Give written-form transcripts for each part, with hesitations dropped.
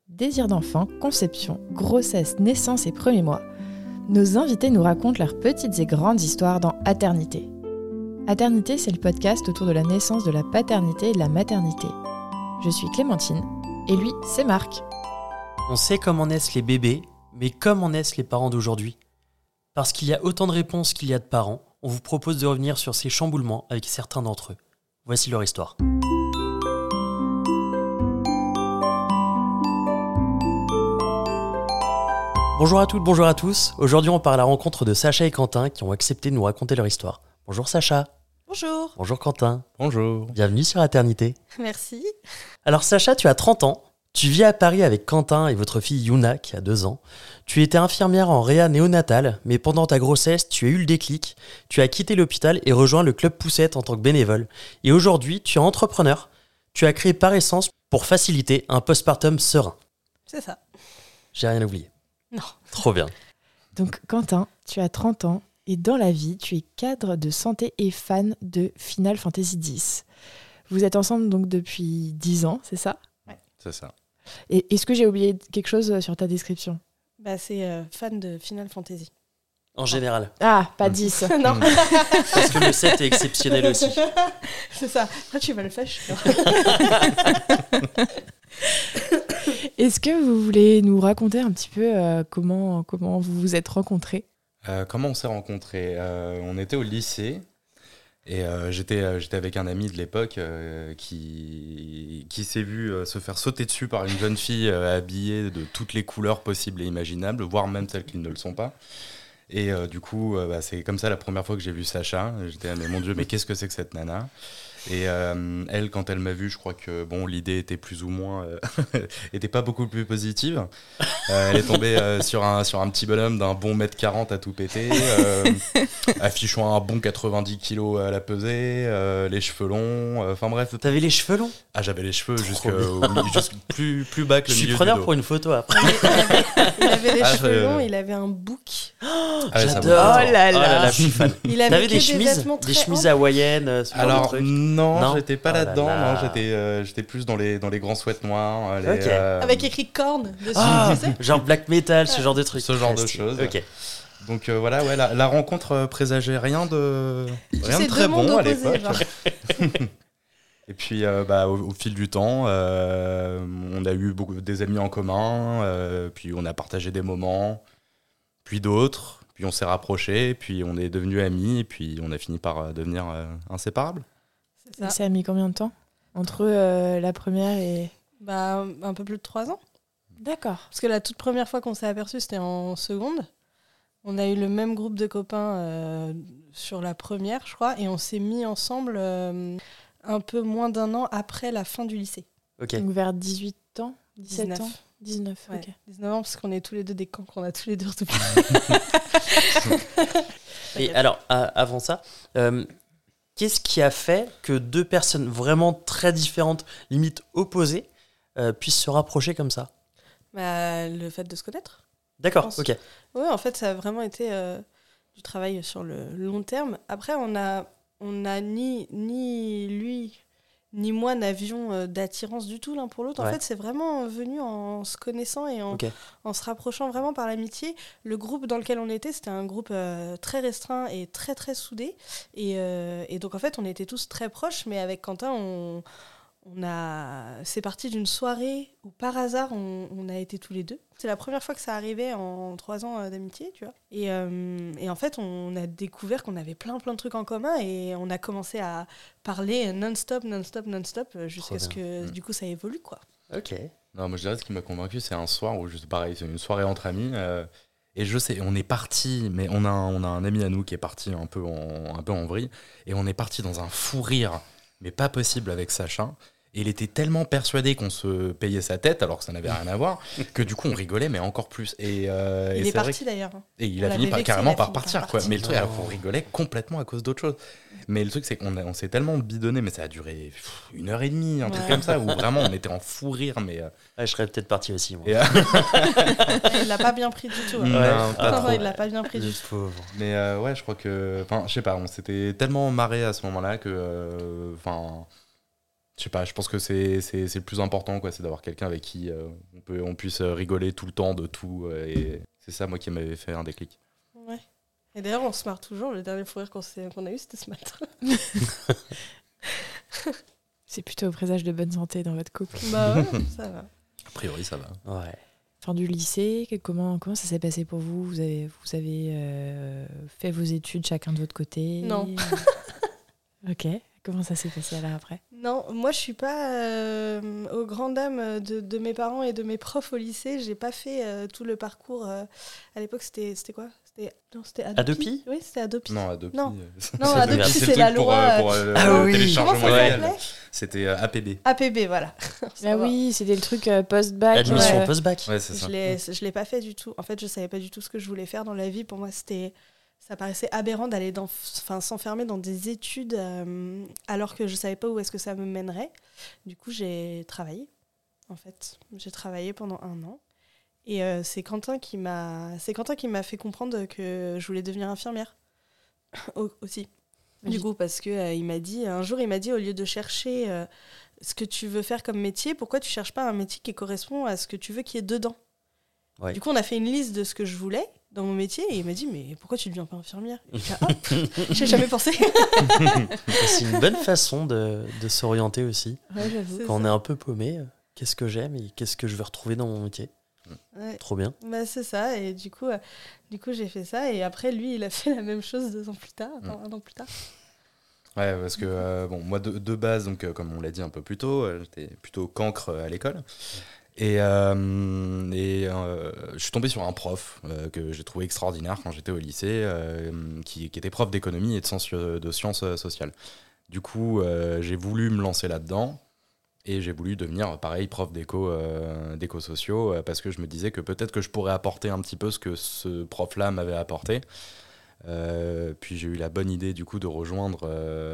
Désir d'enfant, conception, grossesse, naissance et premiers mois. Nos invités nous racontent leurs petites et grandes histoires dans Aternité. Aternité, c'est le podcast autour de la naissance, de la paternité et de la maternité. Je suis Clémentine, et lui, c'est Marc. On sait comment naissent les bébés, mais comment naissent les parents d'aujourd'hui ? Parce qu'il y a autant de réponses qu'il y a de parents, on vous propose de revenir sur ces chamboulements avec certains d'entre eux. Voici leur histoire. Bonjour à toutes, bonjour à tous. Aujourd'hui, on part à la rencontre de Sacha et Quentin qui ont accepté de nous raconter leur histoire. Bonjour Sacha. Bonjour. Bonjour Quentin. Bonjour. Bienvenue sur Aternité. Merci. Alors Sacha, tu as 30 ans. Tu vis à Paris avec Quentin et votre fille Yuna qui a 2 ans. Tu étais infirmière en réa néonatale, mais pendant ta grossesse, tu as eu le déclic. Tu as quitté l'hôpital et rejoint le Club Poussette en tant que bénévole. Et aujourd'hui, tu es entrepreneur. Tu as créé Par Essence pour faciliter un postpartum serein. C'est ça. J'ai rien oublié. Non. Trop bien. Donc Quentin, tu as 30 ans et dans la vie, tu es cadre de santé et fan de Final Fantasy X. Vous êtes ensemble donc depuis 10 ans, c'est ça ? Ouais. C'est ça. Et est-ce que j'ai oublié quelque chose sur ta description ? C'est fan de Final Fantasy. En général. Ah, pas 10. Non. Parce que le 7 est exceptionnel aussi. C'est ça. Là, tu vas le fâcher. Est-ce que vous voulez nous raconter un petit peu comment vous vous êtes rencontrés ? Comment on s'est rencontrés ? On était au lycée et j'étais avec un ami de l'époque qui s'est vu se faire sauter dessus par une jeune fille habillée de toutes les couleurs possibles et imaginables, voire même celles qui ne le sont pas. Et du coup, c'est comme ça la première fois que j'ai vu Sacha. J'étais mais mon Dieu, mais qu'est-ce que c'est que cette nana ? Et elle, quand elle m'a vu, je crois que l'idée était plus ou moins était pas beaucoup plus positive. Elle est tombée sur un petit bonhomme d'un bon 1m40 à tout péter, affichant un bon 90 kilos à la pesée, les cheveux longs, enfin bref. T'avais les cheveux longs ? Ah, j'avais les cheveux jusque plus bas que le milieu du dos. Je suis preneur pour une photo après. Il avait les cheveux longs, il avait un bouc. J'adore. Oh là là. Je suis fan. Il avait T'avais que des chemises vêtements hawaïennes ce genre de Alors trucs. non, j'étais pas Oh là là-dedans. là. Non, j'étais plus dans les grands sweats noirs. Ok. avec écrit corne dessus, Ah, tu sais. genre black metal, ce genre de trucs. Ce genre de Stylé. choses. Ok. Donc voilà, ouais, la rencontre présageait rien de C'est très deux mondes bon à opposés, l'époque. genre. Et puis au fil du temps, on a eu des amis en commun, puis on a partagé des moments, puis d'autres, puis on s'est rapprochés, puis on est devenus amis, et puis on a fini par devenir inséparables. C'est ça. Ça a mis combien de temps entre la première et... Un peu plus de 3 ans. D'accord. Parce que la toute première fois qu'on s'est aperçus, c'était en seconde. On a eu le même groupe de copains sur la première, je crois, et on s'est mis ensemble un peu moins d'1 an après la fin du lycée. Ok. Donc vers 18 ans 17 19. ans 19, Ouais, ok. 19 ans, parce qu'on est tous les deux des camps qu'on a tous les deux redoublés. Et alors, avant ça, qu'est-ce qui a fait que 2 personnes vraiment très différentes, limite opposées, puissent se rapprocher comme ça ? Le fait de se connaître. D'accord, pense. ok. Oui, en fait, ça a vraiment été du travail sur le long terme. Après, on a ni lui ni moi n'avions d'attirance du tout l'un pour l'autre. En Ouais. fait, c'est vraiment venu en se connaissant et Ok. en se rapprochant vraiment par l'amitié. Le groupe dans lequel on était, c'était un groupe très restreint et très très soudé. Et donc, en fait, on était tous très proches, mais avec Quentin, c'est parti d'une soirée où par hasard on a été tous les deux. C'est la première fois que ça arrivait en 3 ans d'amitié, tu vois. Et en fait, on a découvert qu'on avait plein de trucs en commun et on a commencé à parler non-stop, jusqu'à ce que du coup ça évolue, quoi. Ok. Non, moi je dirais ce qui m'a convaincu, c'est un soir où pareil, c'est une soirée entre amis. Et je sais, on est parti, mais on a un ami à nous qui est parti un peu en vrille, et on est parti dans un fou rire, mais pas possible avec Sacha. Et il était tellement persuadé qu'on se payait sa tête, alors que ça n'avait rien à voir, que du coup on rigolait, mais encore plus. Et Il c'est est vrai parti d'ailleurs. et il On a fini l'avait vexé, carrément il a par fini partir, par quoi. partir. Mais le truc, alors qu'on rigolait complètement à cause d'autre chose. Mais le truc, c'est qu'on s'est tellement bidonné, mais ça a duré 1h30, un truc Ouais. comme ça, où vraiment on était en fou rire, mais. Ouais, je serais peut-être parti aussi, moi. Et, Il l'a pas bien pris du tout. Non, hein. pas Non, trop. il l'a pas bien pris du Le tout. pauvre. Mais ouais, je crois que. Enfin, je sais pas, on s'était tellement marré à ce moment-là que. Enfin, Je sais pas, je pense que c'est le plus important, quoi, c'est d'avoir quelqu'un avec qui on puisse rigoler tout le temps de tout. Et c'est ça, moi, qui m'avait fait un déclic. Ouais. Et d'ailleurs, on se marre toujours. Le dernier fou rire qu'on a eu, c'était ce matin. C'est plutôt au présage de bonne santé dans votre couple. Bah ouais, ça va. A priori, ça va. Ouais. Fin du lycée, comment ça s'est passé pour vous ? Vous avez fait vos études chacun de votre côté ? Non. Ok. Comment ça s'est passé alors après ? Non, moi je suis pas aux grandes dames de mes parents et de mes profs au lycée. J'ai pas fait tout le parcours. À l'époque, c'était quoi ? C'était Adopi ? Oui, c'était Adopi. Non, Adopi. Non. c'est Non, le Adopi, truc c'est la loi. pour Ah oui. téléchargement Comment ça illégal. s'appelait ? C'était APB. APB, voilà. Ça Ah va. oui, c'était le truc post-bac. Admission Ouais. post-bac. Ouais, c'est ça. Je l'ai pas fait du tout. En fait, je savais pas du tout ce que je voulais faire dans la vie. Pour moi, ça paraissait aberrant d'aller s'enfermer dans des études alors que je savais pas où est-ce que ça me mènerait. Du coup, j'ai travaillé. En fait, j'ai travaillé pendant 1 an. Et c'est Quentin qui m'a fait comprendre que je voulais devenir infirmière aussi. Oui. Du coup, parce que un jour, il m'a dit, au lieu de chercher ce que tu veux faire comme métier, pourquoi tu cherches pas un métier qui correspond à ce que tu veux qui est dedans ? Ouais. Du coup, on a fait une liste de ce que je voulais dans mon métier et il m'a dit, mais pourquoi tu ne deviens pas infirmière ? Et j'ai dit, ah, j'ai jamais pensé. C'est une bonne façon de s'orienter aussi. Ouais, j'avoue. C'est Quand on ça. est un peu paumé, qu'est-ce que j'aime et qu'est-ce que je veux retrouver dans mon métier ? Ouais. Trop bien. Bah, c'est ça. Et du coup, j'ai fait ça. Et après, lui, il a fait la même chose 2 ans plus tard. Attends, 1 an plus tard. Ouais, parce que bon, moi de base, donc comme on l'a dit un peu plus tôt, j'étais plutôt cancre à l'école. Et je suis tombé sur un prof que j'ai trouvé extraordinaire quand j'étais au lycée, qui était prof d'économie et de sciences sociales. Du coup, j'ai voulu me lancer là-dedans et j'ai voulu devenir, pareil, prof d'éco-sociaux parce que je me disais que peut-être que je pourrais apporter un petit peu ce que ce prof-là m'avait apporté. Puis j'ai eu la bonne idée du coup de rejoindre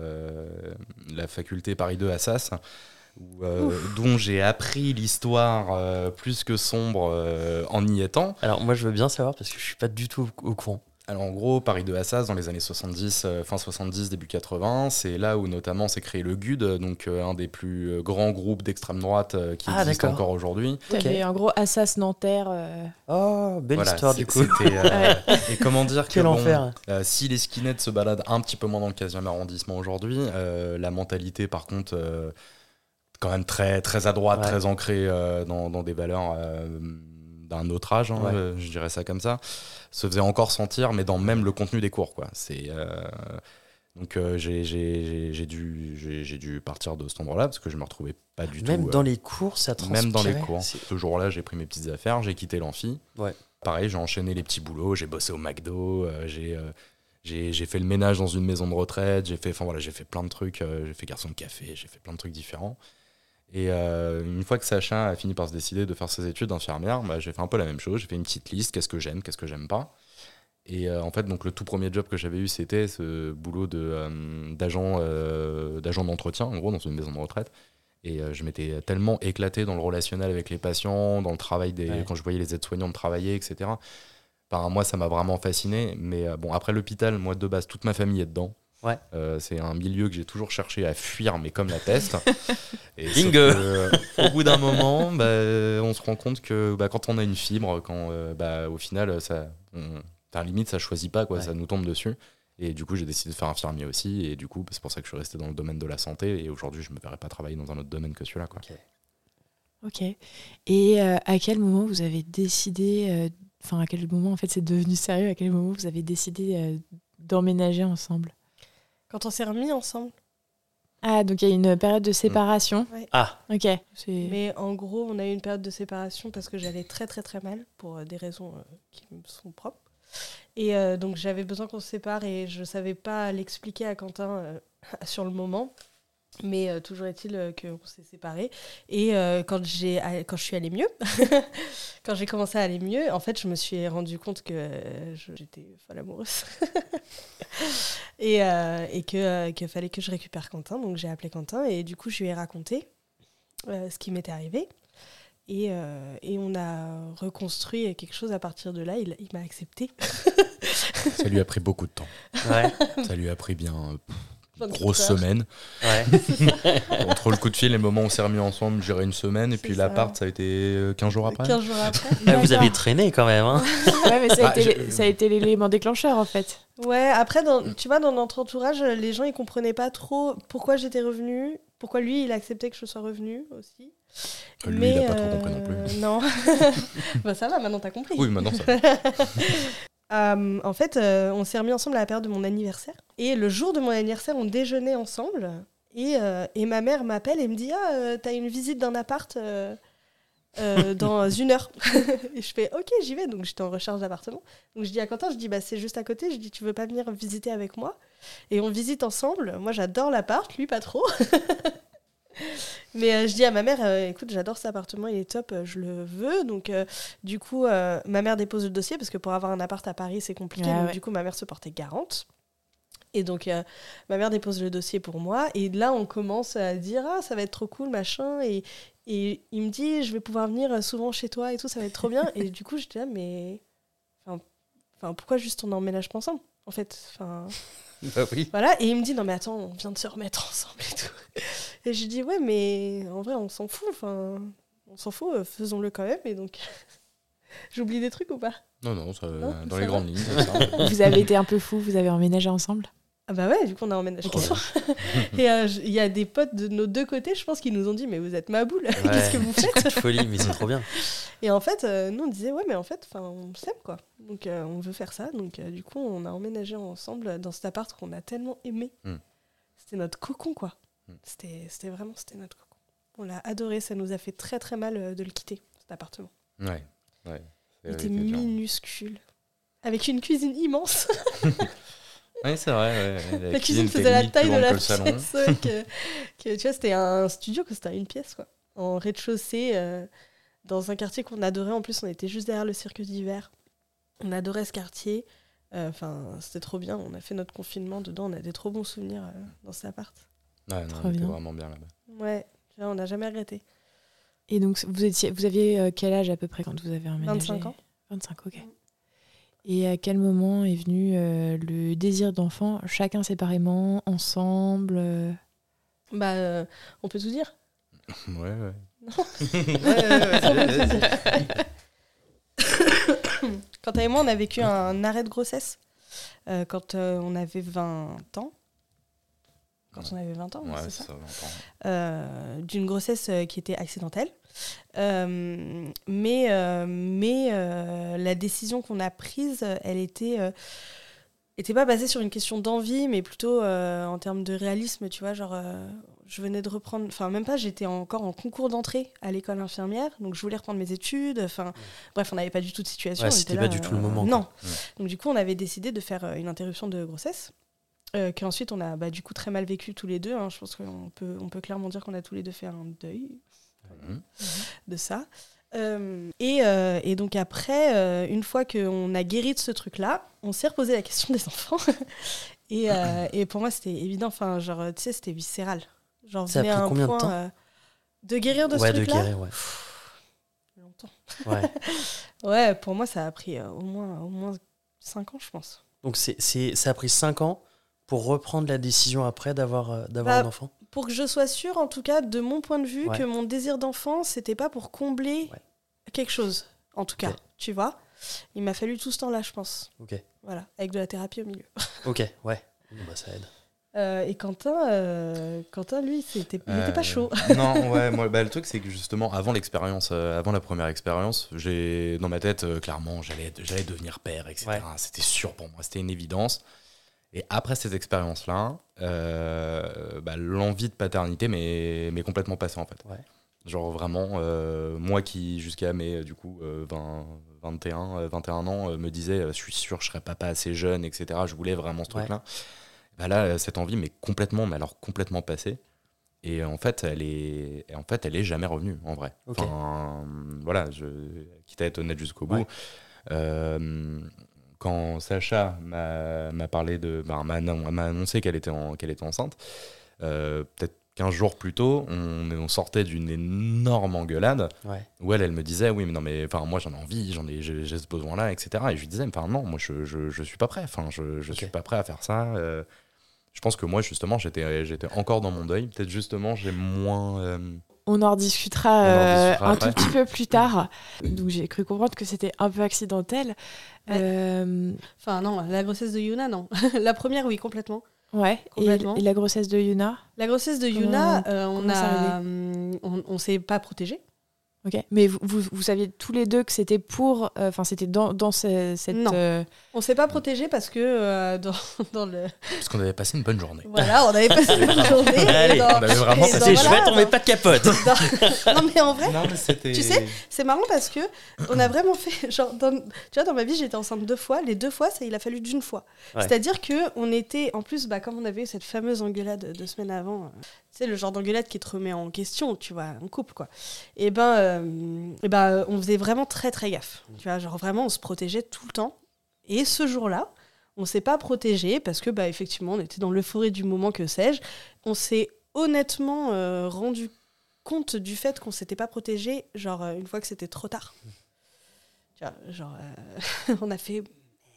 la faculté Paris 2 Assas, dont j'ai appris l'histoire plus que sombre en y étant. Alors moi je veux bien savoir parce que je suis pas du tout au courant. Alors en gros, Paris 2 Assas, dans les années 70, fin 70, début 80, c'est là où notamment s'est créé le GUD, donc un des plus grands groupes d'extrême droite qui existe d'accord. encore aujourd'hui. T'avais en gros Assas Nanterre. Oh, belle Voilà, histoire du coup. Et comment dire que Quel enfer. si les skinheads se baladent un petit peu moins dans le 15e arrondissement aujourd'hui, la mentalité par contre quand même très, très à droite, Ouais. très ancrée dans des valeurs d'un autre âge, hein, Ouais. je dirais ça comme ça, se faisait encore sentir, mais dans même le contenu des cours, quoi. Donc j'ai dû partir de cet endroit-là parce que je me retrouvais pas du tout. Même dans les cours, ça transpirait. Même dans les cours. C'est- Ce jour-là, j'ai pris mes petites affaires, j'ai quitté l'amphi. Ouais. Pareil, j'ai enchaîné les petits boulots, j'ai bossé au McDo, j'ai fait le ménage dans une maison de retraite, j'ai fait plein de trucs, j'ai fait garçon de café, j'ai fait plein de trucs différents. Et une fois que Sacha a fini par se décider de faire ses études d'infirmière, j'ai fait un peu la même chose, j'ai fait une petite liste, qu'est-ce que j'aime pas. Et en fait, donc, le tout premier job que j'avais eu, c'était ce boulot d'agent d'entretien, en gros, dans une maison de retraite. Et je m'étais tellement éclaté dans le relationnel avec les patients, dans le travail quand je voyais les aides-soignantes travailler, etc. Enfin, moi, ça m'a vraiment fasciné. Mais bon, après l'hôpital, moi, de base, toute ma famille est dedans. Ouais. C'est un milieu que j'ai toujours cherché à fuir, mais comme la peste. Et Bingo. sauf que, au bout d'un moment, on se rend compte que quand on a une fibre, au final, limite, ça choisit pas, quoi, Ouais. ça nous tombe dessus. Et du coup, j'ai décidé de faire infirmier aussi. Et du coup, c'est pour ça que je suis resté dans le domaine de la santé. Et aujourd'hui, je me verrais pas travailler dans un autre domaine que celui-là, quoi. Ok. Et à quel moment vous avez décidé, à quel moment en fait c'est devenu sérieux, à quel moment vous avez décidé d'emménager ensemble ? Quand on s'est remis ensemble. Ah, donc il y a une période de séparation. Ah, Ok. Mais en gros, on a eu une période de séparation parce que j'allais très très très mal pour des raisons qui me sont propres. Et donc j'avais besoin qu'on se sépare et je savais pas l'expliquer à Quentin sur le moment. Mais toujours est-il qu'on s'est séparés. Et quand je suis allée mieux, quand j'ai commencé à aller mieux, en fait, je me suis rendu compte que j'étais folle amoureuse. et qu'il fallait que je récupère Quentin. Donc j'ai appelé Quentin et du coup, je lui ai raconté ce qui m'était arrivé. Et on a reconstruit quelque chose à partir de là. Il m'a accepté. Ça lui a pris beaucoup de temps. ouais. Ça lui a pris bien Grosse semaine. Ouais. Entre le coup de fil et le moment où on s'est remis ensemble, j'irai une semaine. Et puis ça. l'appart, ça a été 15 jours après. 15 jours après. Ah, vous avez traîné quand même. Hein. Ouais, mais Ah, ça a été l'élément déclencheur en fait. Ouais, après, tu vois, dans notre entourage, les gens, ils comprenaient pas trop pourquoi j'étais revenue, pourquoi lui, il acceptait que je sois revenue aussi. Lui, il a pas trop compris non plus. Non. Bah, ça va, maintenant, t'as compris. Oui, maintenant ça. En fait, on s'est remis ensemble à la période de mon anniversaire. Et le jour de mon anniversaire, on déjeunait ensemble. Et ma mère m'appelle et me dit « Ah, t'as une visite d'un appart dans 1 heure. » Et je fais « Ok, j'y vais. » Donc j'étais en recherche d'appartement. Donc je dis à Quentin, je dis bah, « C'est juste à côté. » Je dis « Tu veux pas venir visiter avec moi ?» Et on visite ensemble. Moi, j'adore l'appart, lui, pas trop. Mais je dis à ma mère, écoute, j'adore cet appartement, il est top, je le veux. Donc, du coup, ma mère dépose le dossier parce que pour avoir un appart à Paris, c'est compliqué. Donc, du coup, ma mère se portait garante. Et donc, ma mère dépose le dossier pour moi. Et là, on commence à dire, ah, ça va être trop cool, machin. Et il me dit, je vais pouvoir venir souvent chez toi et tout, ça va être trop bien. Et du coup, j'étais là, mais. Enfin, pourquoi juste on n'emménage pas ensemble, en fait? Bah oui. Voilà, et il me dit non mais attends, on vient de se remettre ensemble et tout. Et je dis ouais mais en vrai on s'en fout, faisons-le quand même. Et donc j'oublie des trucs ou pas? Non, ça, Non, dans ça les va. grandes lignes, c'est ça. Vous avez été un peu fous, vous avez emménagé ensemble? Ah bah ouais, du coup on a emménagé ensemble. Et il y a des potes de nos deux côtés, je pense, qui nous ont dit mais vous êtes ma boule, qu'est-ce que vous Coup faites? de folie, mais c'est trop bien. Et en fait nous on disait ouais mais en fait on s'aime quoi, donc on veut faire ça. Donc du coup on a emménagé ensemble dans cet appart qu'on a tellement aimé. C'était notre cocon quoi. C'était notre cocon. On l'a adoré, ça nous a fait très très mal de le quitter, cet appartement. Ouais. Il était minuscule, avec une cuisine immense. Oui, c'est vrai. Ouais. La cuisine était faisait la limite taille plus de grande la que le salon. pièce. Tu vois, c'était un studio, que c'était une pièce, quoi. En rez-de-chaussée, dans un quartier qu'on adorait. En plus, on était juste derrière le cirque d'hiver. On adorait ce quartier. C'était trop bien. On a fait notre confinement dedans. On a des trop bons souvenirs dans cet appart. Ouais, non, on était vraiment bien là-bas. Ouais, tu vois, on n'a jamais regretté. Et donc, vous aviez quel âge à peu près quand vous avez emménagé? 25 ans. 25, ok. Et à quel moment est venu le désir d'enfant, chacun séparément, ensemble On peut tout dire. Ouais. Quentin et moi, on a vécu un arrêt de grossesse quand on avait 20 ans. Quand on avait 20 ans, Ouais, c'est ça, ça. 20 ans. D'une grossesse qui était accidentelle. Mais la décision qu'on a prise, elle était pas basée sur une question d'envie, mais plutôt en termes de réalisme, tu vois, genre je venais de reprendre, enfin même pas, j'étais encore en concours d'entrée à l'école infirmière, donc je voulais reprendre mes études, bref, on n'avait pas du tout de situation. Ouais, c'était pas du tout le moment. Non. Quoi. Donc du coup, on avait décidé de faire une interruption de grossesse. Qu'ensuite on a du coup très mal vécu tous les deux, hein. Je pense qu'on peut clairement dire qu'on a tous les deux fait un deuil de ça. Et donc après, une fois qu'on a guéri de ce truc-là, on s'est reposé la question des enfants. et pour moi, c'était évident. Enfin, genre, tu sais, c'était viscéral. Genre, Ça a pris combien de temps de guérir de ce Ouais, truc-là. de guérir, ouais. Longtemps. Ouais. Ouais, pour moi, ça a pris au moins 5 ans, je pense. Donc ça a pris 5 ans pour reprendre la décision après d'avoir un enfant. Pour que je sois sûre, en tout cas, de mon point de vue, Ouais. que mon désir d'enfant, c'était pas pour combler quelque chose, en tout cas, tu vois. Il m'a fallu tout ce temps-là, je pense. Ok. Voilà, avec de la thérapie au milieu. Ok, ouais. Bon, bah, ça aide. Et Quentin, lui, il était pas chaud. Non, ouais, moi, le truc, c'est que justement, avant la première expérience, j'ai dans ma tête, clairement, j'allais devenir père, etc. Ouais. C'était sûr pour moi, c'était une évidence. Et après cette expérience-là, l'envie de paternité m'est complètement passée, en fait. Ouais. Genre vraiment, moi qui, jusqu'à mes 21 ans, me disais, je suis sûr que je serais papa assez jeune, etc. Je voulais vraiment ce truc-là. Là, cette envie m'est complètement passée. Et en fait, elle est jamais revenue, en vrai. Okay. Enfin, voilà, quitte à être honnête jusqu'au bout. Quand Sacha m'a parlé m'a annoncé qu'elle était enceinte, peut-être 15 jours plus tôt, on sortait d'une énorme engueulade où elle me disait oui mais non mais moi j'en ai envie, j'ai ce besoin là, etc. Et je lui disais non, moi je suis pas prêt, je suis pas prêt à faire ça, Je pense que moi, justement, j'étais encore dans mon deuil. Peut-être, justement, j'ai moins... On en rediscutera, un après. tout petit peu plus tard. Donc j'ai cru comprendre que c'était un peu accidentel. Enfin non, la grossesse de Yuna, non. La première, oui, complètement. Ouais, Complètement. et la grossesse de Yuna. La grossesse de Yuna, comment ça on s'est pas protégé. Ok, mais vous saviez tous les deux que c'était pour... Enfin, c'était dans cette... Non. On s'est pas protégé parce que dans le... Parce qu'on avait passé une bonne journée. Voilà, on avait passé une journée. Allez, on avait vraiment passé- C'est chouette, on met pas de capote. Non mais en vrai, Non, mais c'était... tu sais, c'est marrant parce que on a vraiment fait... Genre, tu vois, dans ma vie, j'étais enceinte 2 fois. Les 2 fois, ça, il a fallu d'une fois. Ouais. C'est-à-dire qu'on était... En plus, comme on avait eu cette fameuse engueulade 2 semaines avant... Tu sais, le genre d'engueulade qui te remet en question, tu vois, en couple, quoi. Et on faisait vraiment très, très gaffe. Tu vois, genre vraiment, on se protégeait tout le temps. Et ce jour-là, on s'est pas protégé parce que, effectivement, on était dans l'euphorie du moment, que sais-je. On s'est honnêtement rendu compte du fait qu'on s'était pas protégé, genre, une fois que c'était trop tard. Tu vois, genre, on a fait...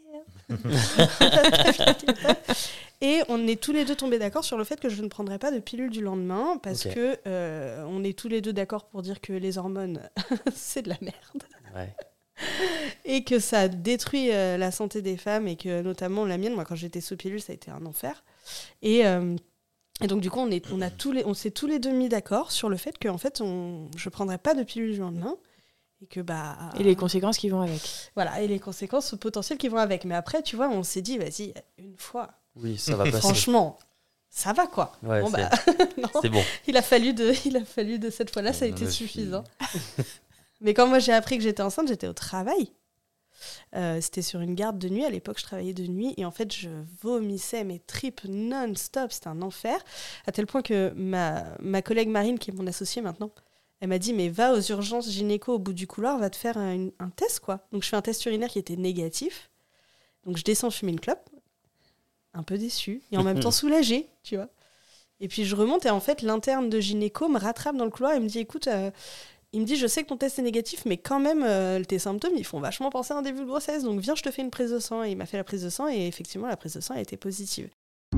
Et on est tous les deux tombés d'accord sur le fait que je ne prendrais pas de pilule du lendemain parce que on est tous les deux d'accord pour dire que les hormones c'est de la merde. Ouais. Et que ça détruit la santé des femmes et que notamment la mienne, moi quand j'étais sous pilule ça a été un enfer. Et donc du coup on s'est tous les deux mis d'accord sur le fait que en fait je prendrais pas de pilule du lendemain. Et que et les conséquences qui vont avec. Voilà, et les conséquences potentielles qui vont avec. Mais après, tu vois, on s'est dit, vas-y, une fois. Oui, ça va passer. Franchement, ça va quoi. Ouais, bon, c'est bon. Il a fallu de cette fois-là, ça a été suffisant. Mais quand moi j'ai appris que j'étais enceinte, j'étais au travail. C'était sur une garde de nuit. À l'époque, je travaillais de nuit. Et en fait, je vomissais mes tripes non-stop. C'était un enfer. À tel point que ma collègue Marine, qui est mon associée maintenant, elle m'a dit, mais va aux urgences gynéco au bout du couloir, va te faire un test, quoi. Donc, je fais un test urinaire qui était négatif. Donc, je descends fumer une clope. Un peu déçue. Et en même temps soulagée, tu vois. Et puis, je remonte. Et en fait, l'interne de gynéco me rattrape dans le couloir et me dit, écoute, il me dit, je sais que ton test est négatif, mais quand même, tes symptômes, ils font vachement penser à un début de grossesse. Donc, viens, je te fais une prise de sang. Et il m'a fait la prise de sang. Et effectivement, la prise de sang a été positive.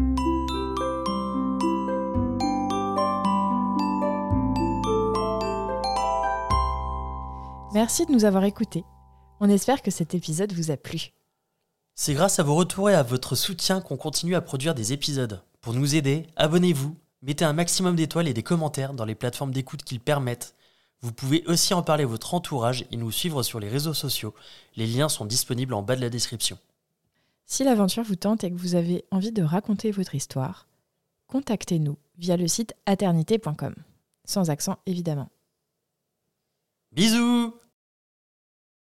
Merci de nous avoir écoutés. On espère que cet épisode vous a plu. C'est grâce à vos retours et à votre soutien qu'on continue à produire des épisodes. Pour nous aider, abonnez-vous, mettez un maximum d'étoiles et des commentaires dans les plateformes d'écoute qui le permettent. Vous pouvez aussi en parler à votre entourage et nous suivre sur les réseaux sociaux. Les liens sont disponibles en bas de la description. Si l'aventure vous tente et que vous avez envie de raconter votre histoire, contactez-nous via le site aternité.com. Sans accent, évidemment. Bisous!